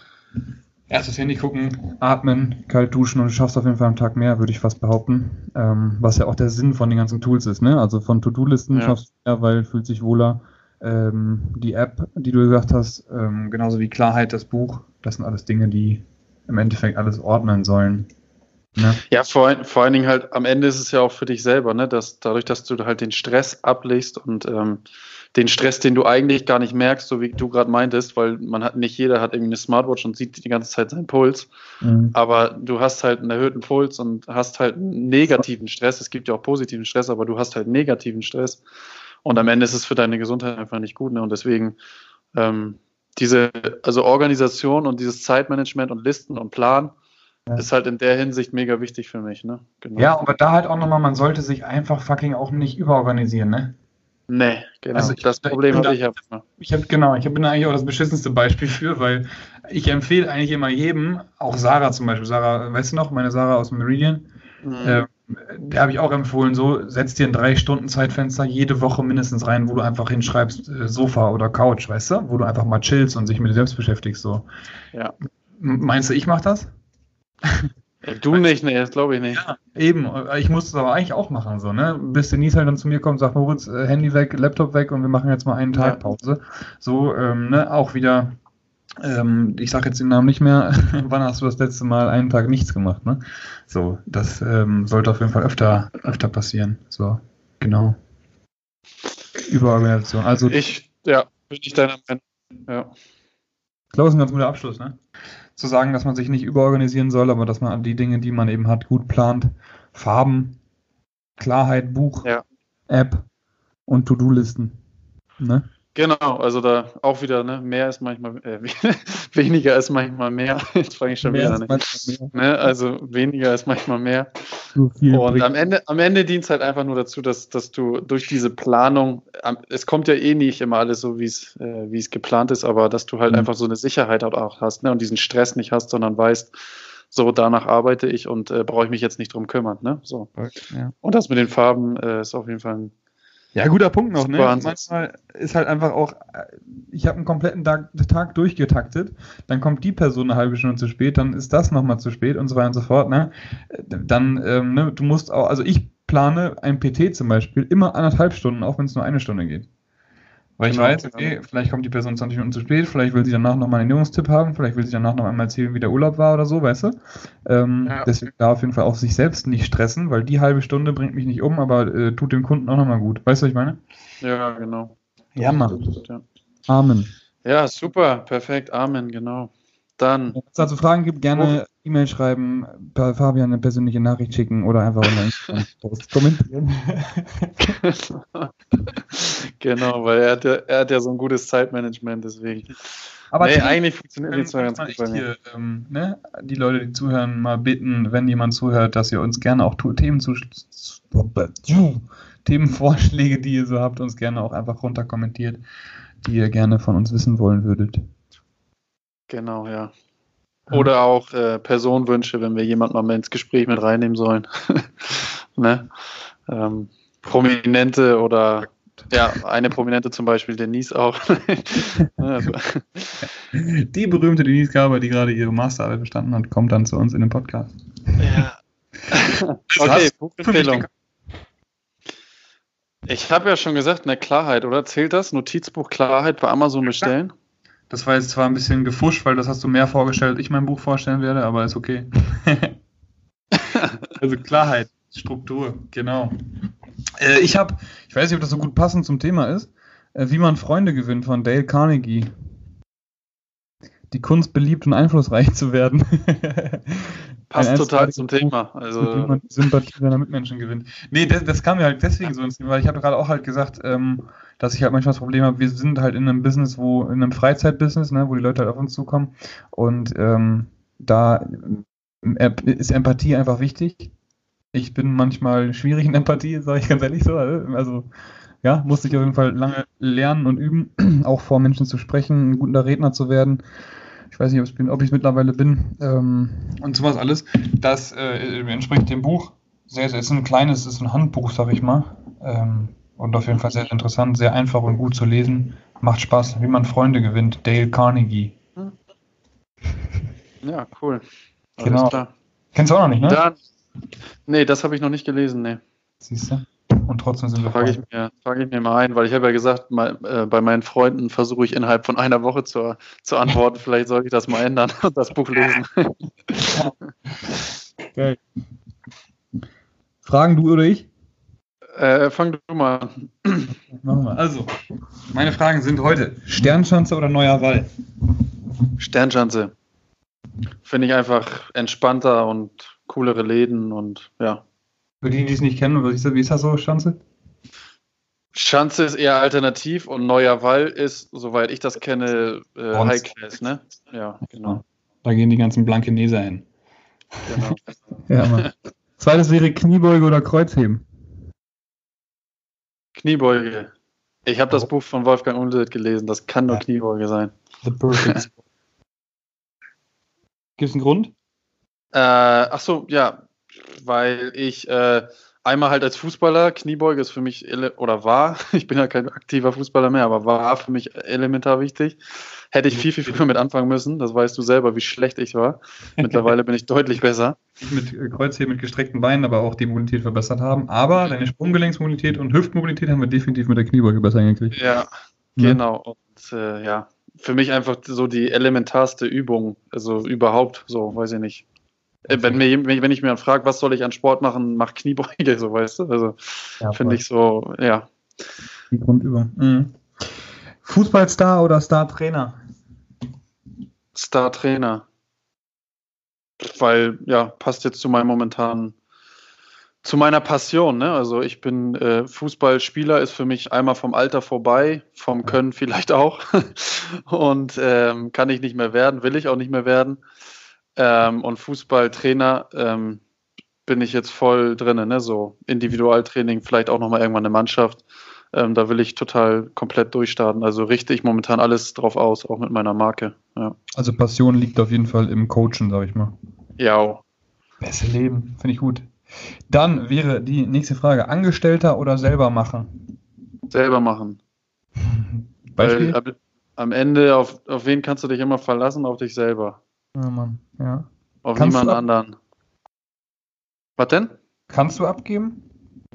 [SPEAKER 3] erst das Handy gucken, atmen, kalt duschen und du schaffst auf jeden Fall am Tag mehr, würde ich fast behaupten. Ähm, was ja auch der Sinn von den ganzen Tools ist. Ne? Also von To-Do-Listen
[SPEAKER 2] Ja.
[SPEAKER 3] schaffst du mehr, weil fühlt sich wohler. Ähm, die App, die du gesagt hast, ähm, genauso wie Klarheit, das Buch, das sind alles Dinge, die im Endeffekt alles ordnen sollen. Ne?
[SPEAKER 2] Ja, vor, ein- vor allen Dingen halt, am Ende ist es ja auch für dich selber, ne? Dass dadurch, dass du halt den Stress ablegst und ähm, den Stress, den du eigentlich gar nicht merkst, so wie du gerade meintest, weil man hat, nicht jeder hat irgendwie eine Smartwatch und sieht die ganze Zeit seinen Puls,
[SPEAKER 3] Mhm.
[SPEAKER 2] aber du hast halt einen erhöhten Puls und hast halt einen negativen Stress. Es gibt ja auch positiven Stress, aber du hast halt negativen Stress und am Ende ist es für deine Gesundheit einfach nicht gut, ne? Und deswegen ähm, diese, also Organisation und dieses Zeitmanagement und Listen und Plan,
[SPEAKER 3] Ja.
[SPEAKER 2] ist halt in der Hinsicht mega wichtig für mich, ne? Genau.
[SPEAKER 3] Ja, aber da halt auch nochmal, man sollte sich einfach fucking auch nicht überorganisieren, ne?
[SPEAKER 2] Nee, genau.
[SPEAKER 3] Also ich-
[SPEAKER 2] das Problem
[SPEAKER 3] ich-
[SPEAKER 2] habe ich einfach.
[SPEAKER 3] Ich habe genau, ich bin eigentlich auch das beschissenste Beispiel für, weil ich empfehle eigentlich immer jedem, auch Sarah zum Beispiel, Sarah, weißt du noch, meine Sarah aus dem Meridian,
[SPEAKER 2] Mhm.
[SPEAKER 3] äh, der habe ich auch empfohlen, so, setz dir ein drei Stunden Zeitfenster jede Woche mindestens rein, wo du einfach hinschreibst, äh, Sofa oder Couch, weißt du, wo du einfach mal chillst und sich mit dir selbst beschäftigst, so.
[SPEAKER 2] Ja.
[SPEAKER 3] M- Meinst du, ich mache das?
[SPEAKER 2] Äh, Du nicht, nee, das glaube ich nicht.
[SPEAKER 3] Ja, eben. Ich muss es aber eigentlich auch machen, so, ne? Bis Denise halt dann zu mir kommt, sagt, Moritz, äh, Handy weg, Laptop weg und wir machen jetzt mal einen Tag
[SPEAKER 2] Ja.
[SPEAKER 3] Pause. So, ähm, ne, auch wieder, ähm, ich sage jetzt den Namen nicht mehr, wann hast du das letzte Mal einen Tag nichts gemacht, ne? So, das ähm, sollte auf jeden Fall öfter, öfter passieren. So, genau. Überorganisation. Also,
[SPEAKER 2] Ich, ja, bin ich deiner Meinung. Ja.
[SPEAKER 3] ich glaube, das ist ein ganz guter Abschluss, ne? Zu sagen, dass man sich nicht überorganisieren soll, aber dass man die Dinge, die man eben hat, gut plant. Farben, Klarheit, Buch,
[SPEAKER 2] Ja.
[SPEAKER 3] App und To-Do-Listen. Ne?
[SPEAKER 2] Genau, also da auch wieder, ne, mehr ist manchmal, äh, weniger ist manchmal mehr. Jetzt fange ich schon
[SPEAKER 3] Mehr
[SPEAKER 2] wieder
[SPEAKER 3] ist
[SPEAKER 2] an.
[SPEAKER 3] manchmal
[SPEAKER 2] Ne? Also weniger ist manchmal mehr.
[SPEAKER 3] Nur viel
[SPEAKER 2] Und
[SPEAKER 3] bringt.
[SPEAKER 2] am Ende, am Ende dient es halt einfach nur dazu, dass, dass du durch diese Planung, am- es kommt ja eh nicht immer alles so, wie es äh, wie es geplant ist, aber dass du halt
[SPEAKER 3] Mhm.
[SPEAKER 2] einfach so eine Sicherheit auch hast, ne, und diesen Stress nicht hast, sondern weißt, so danach arbeite ich und äh, brauche ich mich jetzt nicht drum kümmern. Ne? So.
[SPEAKER 3] Ja.
[SPEAKER 2] Und das mit den Farben äh, ist auf jeden Fall ein
[SPEAKER 3] Ja, guter Punkt noch, ne?
[SPEAKER 2] Super Ansatz.
[SPEAKER 3] Manchmal ist halt einfach auch, äh, ich habe einen kompletten Tag, Tag durchgetaktet, dann kommt die Person eine halbe Stunde zu spät, dann ist das nochmal zu spät und so weiter und so fort, ne? Äh, Dann, ähm, ne, du musst auch, also ich plane ein P T zum Beispiel immer anderthalb Stunden, auch wenn es nur eine Stunde geht. Weil
[SPEAKER 2] Genau,
[SPEAKER 3] ich weiß, okay, vielleicht kommt die Person zwanzig Minuten zu spät, vielleicht will sie danach nochmal einen Ernährungstipp haben, vielleicht will sie danach noch einmal erzählen, wie der Urlaub war oder so, weißt du? Ähm,
[SPEAKER 2] Ja.
[SPEAKER 3] Deswegen da auf jeden Fall auch sich selbst nicht stressen, weil die halbe Stunde bringt mich nicht um, aber äh, tut dem Kunden auch nochmal gut. Weißt du, was ich meine?
[SPEAKER 2] Ja, genau.
[SPEAKER 3] Ja, Mann.
[SPEAKER 2] Ja.
[SPEAKER 3] Amen.
[SPEAKER 2] Ja, super, perfekt, Amen, genau. Dann,
[SPEAKER 3] Wenn es dazu Fragen gibt, gerne E-Mail schreiben, per Fabian eine persönliche Nachricht schicken oder einfach unter Instagram-Post kommentieren.
[SPEAKER 2] genau, weil er hat, ja, er hat ja so ein gutes Zeitmanagement, deswegen.
[SPEAKER 3] Aber
[SPEAKER 2] nee,
[SPEAKER 3] Tim,
[SPEAKER 2] eigentlich funktioniert die
[SPEAKER 3] können
[SPEAKER 2] zwar
[SPEAKER 3] wir
[SPEAKER 2] ganz
[SPEAKER 3] mal
[SPEAKER 2] gut
[SPEAKER 3] echt
[SPEAKER 2] bei mir.
[SPEAKER 3] hier, ähm, ne, die Leute, die zuhören, mal bitten, wenn jemand zuhört, dass ihr uns gerne auch tu- Themen zu, Themenvorschläge, die ihr so habt, uns gerne auch einfach runter kommentiert, die ihr gerne von uns wissen wollen würdet.
[SPEAKER 2] Genau, ja. Oder auch äh, Personenwünsche, wenn wir jemanden mal ins Gespräch mit reinnehmen sollen. ne? ähm, Prominente oder ja, eine Prominente zum Beispiel, Denise auch. also.
[SPEAKER 3] Die berühmte Denise Garber, die gerade ihre Masterarbeit bestanden hat, kommt dann zu uns in den Podcast.
[SPEAKER 2] Ja. okay, Buchempfehlung. Ich habe ja schon gesagt, eine Klarheit, oder? Zählt das? Notizbuch Klarheit bei Amazon bestellen?
[SPEAKER 3] Das war jetzt zwar ein bisschen gefuscht, weil das hast du mehr vorgestellt, als ich mein Buch vorstellen werde, aber ist okay. also Klarheit, Struktur, genau. Äh, ich habe, ich weiß nicht, ob das so gut passend zum Thema ist, äh, Wie man Freunde gewinnt von Dale Carnegie. Die Kunst, beliebt und einflussreich zu werden.
[SPEAKER 2] Passt total zum Buch, Thema. Also
[SPEAKER 3] mit dem man die Sympathie seiner Mitmenschen gewinnt. Nee, das, das kam mir halt deswegen so ins Thema, weil ich habe gerade auch halt gesagt, ähm, dass ich halt manchmal das Problem habe, wir sind halt in einem Business, wo, in einem Freizeitbusiness, ne, wo die Leute halt auf uns zukommen und ähm, da ist Empathie einfach wichtig. Ich bin manchmal schwierig in Empathie, sage ich ganz ehrlich so. Also ja, musste ich auf jeden Fall lange lernen und üben, auch vor Menschen zu sprechen, ein guter Redner zu werden. Ich weiß nicht, ob ich es mittlerweile bin. Ähm, und sowas alles. Das äh, entspricht dem Buch. Sehr, sehr, ist ein kleines, ist ein Handbuch, sag ich mal. Ähm, und auf jeden Fall sehr interessant, sehr einfach und gut zu lesen. Macht Spaß, wie man Freunde gewinnt. Dale Carnegie.
[SPEAKER 2] Ja, cool. Alles
[SPEAKER 3] genau.
[SPEAKER 2] Klar.
[SPEAKER 3] Kennst du auch noch nicht, ne?
[SPEAKER 2] Dann, nee, das habe ich noch nicht gelesen, nee.
[SPEAKER 3] Siehst du? Und trotzdem sind wir
[SPEAKER 2] Trage ich, mir, trage ich mir mal ein, weil ich habe ja gesagt, mal, äh, bei meinen Freunden versuche ich innerhalb von einer Woche zu, zu antworten. Vielleicht soll ich das mal ändern und das Buch lesen.
[SPEAKER 3] Geil. Fragen du oder ich?
[SPEAKER 2] Äh, fang du mal an.
[SPEAKER 3] Machen wir. Also, meine Fragen sind heute Sternschanze oder Neuer Wall?
[SPEAKER 2] Sternschanze. Finde ich einfach entspannter und coolere Läden und ja.
[SPEAKER 3] Für die, die es nicht kennen, wie ist das so, Schanze?
[SPEAKER 2] Schanze ist eher alternativ und Neuer Wall ist, soweit ich das kenne, äh, High Class, ne? Ja, genau.
[SPEAKER 3] Da gehen die ganzen Blankeneser hin.
[SPEAKER 2] Genau.
[SPEAKER 3] ja, Mann. Zweites wäre Kniebeuge oder Kreuzheben?
[SPEAKER 2] Kniebeuge. Ich habe das Buch von Wolfgang Unselt gelesen, das kann nur ja. Kniebeuge sein.
[SPEAKER 3] The Perfect. Gibt es einen Grund?
[SPEAKER 2] Äh, ach so, ja. Weil ich äh, einmal halt als Fußballer, Kniebeuge ist für mich, ele- oder war, ich bin ja kein aktiver Fußballer mehr, aber war für mich elementar wichtig. Hätte ich viel, viel früher mit anfangen müssen, das weißt du selber, wie schlecht ich war. Mittlerweile bin ich deutlich besser.
[SPEAKER 3] Mit Kreuzheben mit gestreckten Beinen, aber auch die Mobilität verbessert haben. Aber deine Sprunggelenksmobilität und Hüftmobilität haben wir definitiv mit der Kniebeuge besser hingekriegt.
[SPEAKER 2] Ja, ja. Genau. Und äh, ja, für mich einfach so die elementarste Übung, also überhaupt, so, weiß ich nicht. Wenn, mir, wenn ich mir frage, was soll ich an Sport machen, mach Kniebeuge, so weißt du. Also ja, finde ich so, ja.
[SPEAKER 3] Die Grundübung. Mhm. Fußballstar oder Star-Trainer?
[SPEAKER 2] Star-Trainer. Weil, ja, passt jetzt zu meinem momentanen, zu meiner Passion, ne? Also ich bin äh, Fußballspieler, ist für mich einmal vom Alter vorbei, vom Können vielleicht auch. Und ähm, kann ich nicht mehr werden, will ich auch nicht mehr werden. Ähm, und Fußballtrainer ähm, bin ich jetzt voll drin, ne? So Individualtraining, vielleicht auch nochmal irgendwann eine Mannschaft. Ähm, da will ich total komplett durchstarten. Also richte ich momentan alles drauf aus, auch mit meiner Marke. Ja.
[SPEAKER 3] Also Passion liegt auf jeden Fall im Coachen, sag ich mal.
[SPEAKER 2] Ja. Beste
[SPEAKER 3] Leben, finde ich gut. Dann wäre die nächste Frage, Angestellter oder selber machen?
[SPEAKER 2] Selber machen.
[SPEAKER 3] Beispiel?
[SPEAKER 2] Weil ab, am Ende, auf, auf wen kannst du dich immer verlassen? Auf dich selber.
[SPEAKER 3] Ja, Mann, ja.
[SPEAKER 2] Auf Kannst niemand anderen. Was denn?
[SPEAKER 3] Kannst du abgeben?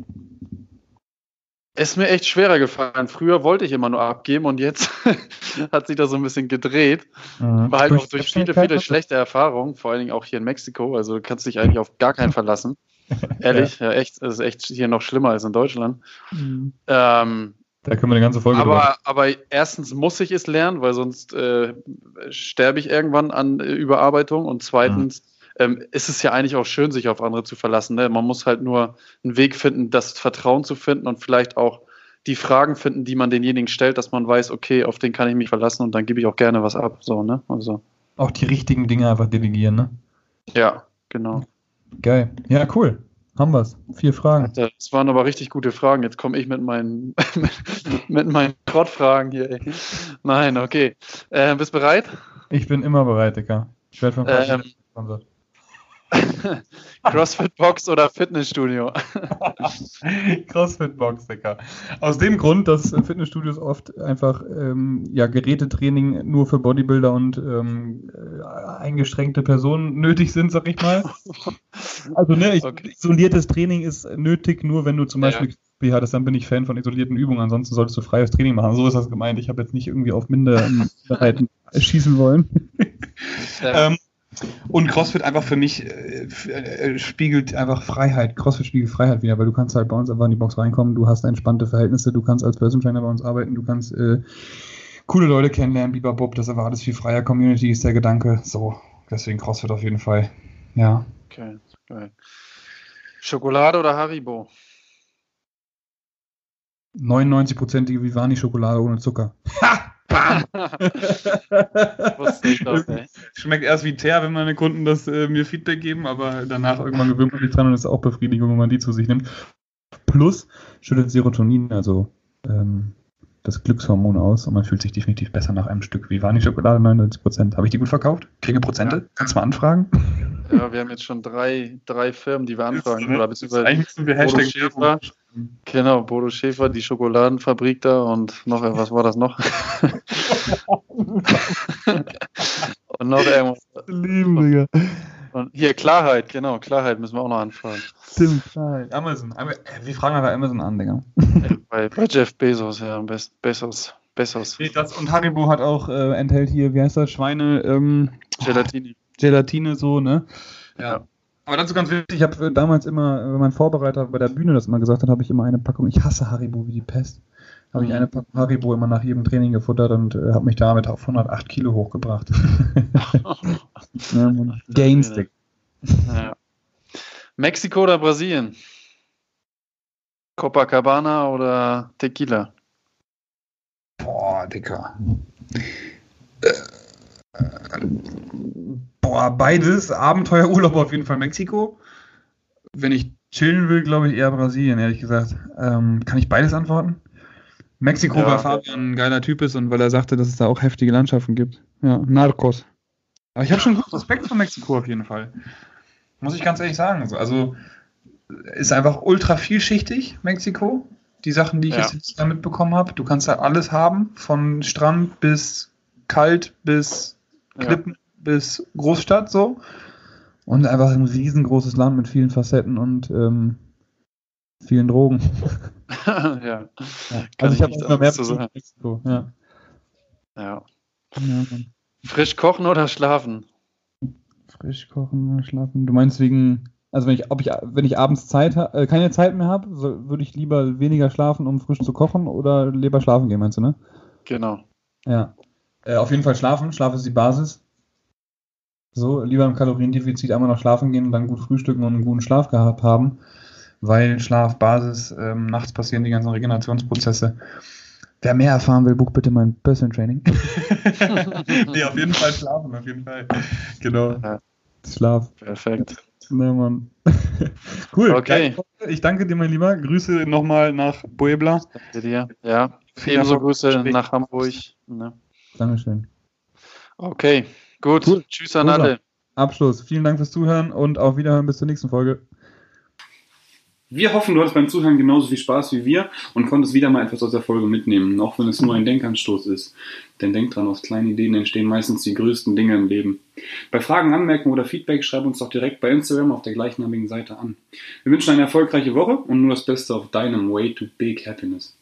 [SPEAKER 2] Ist mir echt schwerer gefallen. Früher wollte ich immer nur abgeben und jetzt hat sich das so ein bisschen gedreht. Mhm. War halt durch auch durch viele, viele schlechte Erfahrungen, vor allen Dingen auch hier in Mexiko. Also du kannst dich eigentlich auf gar keinen verlassen. Ehrlich, ja. ja, echt. Es ist echt hier noch schlimmer als in Deutschland. Mhm. Ähm,
[SPEAKER 3] Da können wir eine ganze Folge
[SPEAKER 2] aber, aber erstens muss ich es lernen, weil sonst äh, sterbe ich irgendwann an äh, Überarbeitung. Und zweitens mhm. ähm, ist es ja eigentlich auch schön, sich auf andere zu verlassen. Ne? Man muss halt nur einen Weg finden, das Vertrauen zu finden und vielleicht auch die Fragen finden, die man denjenigen stellt, dass man weiß, okay, auf den kann ich mich verlassen und dann gebe ich auch gerne was ab. So, ne? Also.
[SPEAKER 3] Auch die richtigen Dinge einfach delegieren, ne?
[SPEAKER 2] Ja, genau.
[SPEAKER 3] Geil. Ja, cool. Haben wir's. Vier Fragen.
[SPEAKER 2] Das waren aber richtig gute Fragen. Jetzt komme ich mit meinen, mit meinen Trottfragen hier. Ey. Nein, okay. Äh, bist bereit?
[SPEAKER 3] Ich bin immer bereit, Digga. Ich werde von
[SPEAKER 2] Ähm, CrossFit-Box oder Fitnessstudio?
[SPEAKER 3] CrossFit-Box, Digga. Aus dem Grund, dass Fitnessstudios oft einfach ähm, ja, Gerätetraining nur für Bodybuilder und ähm, äh, eingeschränkte Personen nötig sind, sag ich mal. Also ne, ich,
[SPEAKER 2] Okay.
[SPEAKER 3] isoliertes Training ist nötig, nur wenn du zum
[SPEAKER 2] Ja.
[SPEAKER 3] Beispiel K hattest, dann bin ich Fan von isolierten Übungen, ansonsten solltest du freies Training machen. So ist das gemeint. Ich habe jetzt nicht irgendwie auf Minderheiten schießen wollen.
[SPEAKER 2] Ja.
[SPEAKER 3] ähm, Und CrossFit einfach für mich äh, f- äh, spiegelt einfach Freiheit. CrossFit spiegelt Freiheit wieder, weil du kannst halt bei uns einfach in die Box reinkommen, du hast entspannte Verhältnisse, du kannst als Personal Trainer bei uns arbeiten, du kannst äh, coole Leute kennenlernen, Biberbob, das ist einfach alles viel freier. Community ist der Gedanke. So, deswegen CrossFit auf jeden Fall. Ja.
[SPEAKER 2] Okay, geil. Schokolade oder Haribo?
[SPEAKER 3] neunundneunzig-prozentige Vivani-Schokolade ohne Zucker.
[SPEAKER 2] Wusste ich doch, ey.
[SPEAKER 3] Schmeckt erst wie Teer, wenn meine Kunden das äh, mir Feedback geben, aber danach irgendwann gewöhnt man sich dran und es ist auch Befriedigung, wenn man die zu sich nimmt. Plus schüttet Serotonin, also ähm, das Glückshormon aus und man fühlt sich definitiv besser nach einem Stück Vivani-Schokolade, neunundneunzig Prozent. Habe ich die gut verkauft? Kriege Prozente?
[SPEAKER 2] Ja.
[SPEAKER 3] Kannst du mal anfragen?
[SPEAKER 2] Ja, wir haben jetzt schon drei, drei Firmen, die wir anfragen. Oder beziehungsweise
[SPEAKER 3] Eigentlich müssen wir
[SPEAKER 2] Bodo
[SPEAKER 3] Hashtag
[SPEAKER 2] Schäfer. Genau, Bodo Schäfer, die Schokoladenfabrik da und noch, was war das noch? Und noch irgendwas.
[SPEAKER 3] Lieben, Digga.
[SPEAKER 2] Und hier, Klarheit, genau, Klarheit müssen wir auch noch anfragen.
[SPEAKER 3] Stimmt, Klarheit. Amazon. Aber, äh, Wir fragen aber Amazon an, Digga.
[SPEAKER 2] Bei, bei Jeff Bezos, ja, Be Bezos. Bezos.
[SPEAKER 3] Nee, das, und Haribo hat auch, äh, enthält hier, wie heißt das, Schweine, ähm,
[SPEAKER 2] Gelatini.
[SPEAKER 3] Gelatine, so, ne?
[SPEAKER 2] Ja.
[SPEAKER 3] Aber dazu ganz wichtig, ich habe damals immer, wenn mein Vorbereiter bei der Bühne das immer gesagt hat, habe ich immer eine Packung, ich hasse Haribo wie die Pest, habe ich
[SPEAKER 2] Mhm.
[SPEAKER 3] eine Packung Haribo immer nach jedem Training gefuttert und äh, habe mich damit auf hundertacht Kilo hochgebracht. Ja, Mann. Gainstick.
[SPEAKER 2] Ja. Mexiko oder Brasilien? Copacabana oder Tequila?
[SPEAKER 3] Boah, Dicker. Äh, Boah, beides. Abenteuerurlaub auf jeden Fall Mexiko. Wenn ich chillen will, glaube ich eher Brasilien, ehrlich gesagt. Ähm, kann ich beides antworten? Mexiko,
[SPEAKER 2] Ja.
[SPEAKER 3] weil Fabian ein geiler Typ ist und weil er sagte, dass es da auch heftige Landschaften gibt. Ja, Narcos. Aber ich habe schon guten Respekt vor Mexiko auf jeden Fall. Muss ich ganz ehrlich sagen. Also, also ist einfach ultra vielschichtig, Mexiko. Die Sachen, die ich
[SPEAKER 2] Ja.
[SPEAKER 3] jetzt jetzt da mitbekommen habe. Du kannst da alles haben, von Strand bis kalt bis Klippen bis Großstadt so. Und einfach ein riesengroßes Land mit vielen Facetten und ähm, vielen Drogen.
[SPEAKER 2] Ja.
[SPEAKER 3] Ja.
[SPEAKER 2] Kann
[SPEAKER 3] Also ich
[SPEAKER 2] ich
[SPEAKER 3] habe
[SPEAKER 2] nichts
[SPEAKER 3] immer mehr
[SPEAKER 2] anderes zu
[SPEAKER 3] Bezug
[SPEAKER 2] sagen.
[SPEAKER 3] zu Mexiko. Ja.
[SPEAKER 2] Ja.
[SPEAKER 3] Ja, Mann.
[SPEAKER 2] Frisch kochen oder schlafen?
[SPEAKER 3] Frisch kochen, schlafen. Du meinst wegen, also wenn ich, ob ich, wenn ich abends Zeit ha- äh, keine Zeit mehr habe, so, würde ich lieber weniger schlafen, um frisch zu kochen oder lieber schlafen gehen, meinst du, ne?
[SPEAKER 2] Genau.
[SPEAKER 3] Ja. Äh, auf jeden Fall schlafen. Schlaf ist die Basis. So, lieber im Kaloriendefizit einmal noch schlafen gehen und dann gut frühstücken und einen guten Schlaf gehabt haben, weil Schlaf, Basis, ähm, nachts passieren die ganzen Regenerationsprozesse. Wer mehr erfahren will, bucht bitte mein Personal Training. Nee, auf jeden Fall schlafen, auf jeden Fall. Genau.
[SPEAKER 2] Ja.
[SPEAKER 3] Schlaf.
[SPEAKER 2] Perfekt.
[SPEAKER 3] Na, Mann. Cool.
[SPEAKER 2] Okay.
[SPEAKER 3] Geil. Ich danke dir, mein Lieber. Grüße nochmal nach Puebla.
[SPEAKER 2] Danke dir. Ja.
[SPEAKER 3] Viel
[SPEAKER 2] Ebenso
[SPEAKER 3] Erfolg.
[SPEAKER 2] Grüße nach Hamburg. Ne?
[SPEAKER 3] Dankeschön.
[SPEAKER 2] Okay. Gut.
[SPEAKER 3] Cool.
[SPEAKER 2] Tschüss an
[SPEAKER 3] Cool.
[SPEAKER 2] alle.
[SPEAKER 3] Abschluss. Vielen Dank fürs Zuhören und auf Wiederhören bis zur nächsten Folge.
[SPEAKER 1] Wir hoffen, du hattest beim Zuhören genauso viel Spaß wie wir und konntest wieder mal etwas aus der Folge mitnehmen, auch wenn es nur ein Denkanstoß ist. Denn denk dran, aus kleinen Ideen entstehen meistens die größten Dinge im Leben. Bei Fragen, Anmerkungen oder Feedback schreib uns doch direkt bei Instagram auf der gleichnamigen Seite an. Wir wünschen eine erfolgreiche Woche und nur das Beste auf deinem Way to Big Happiness.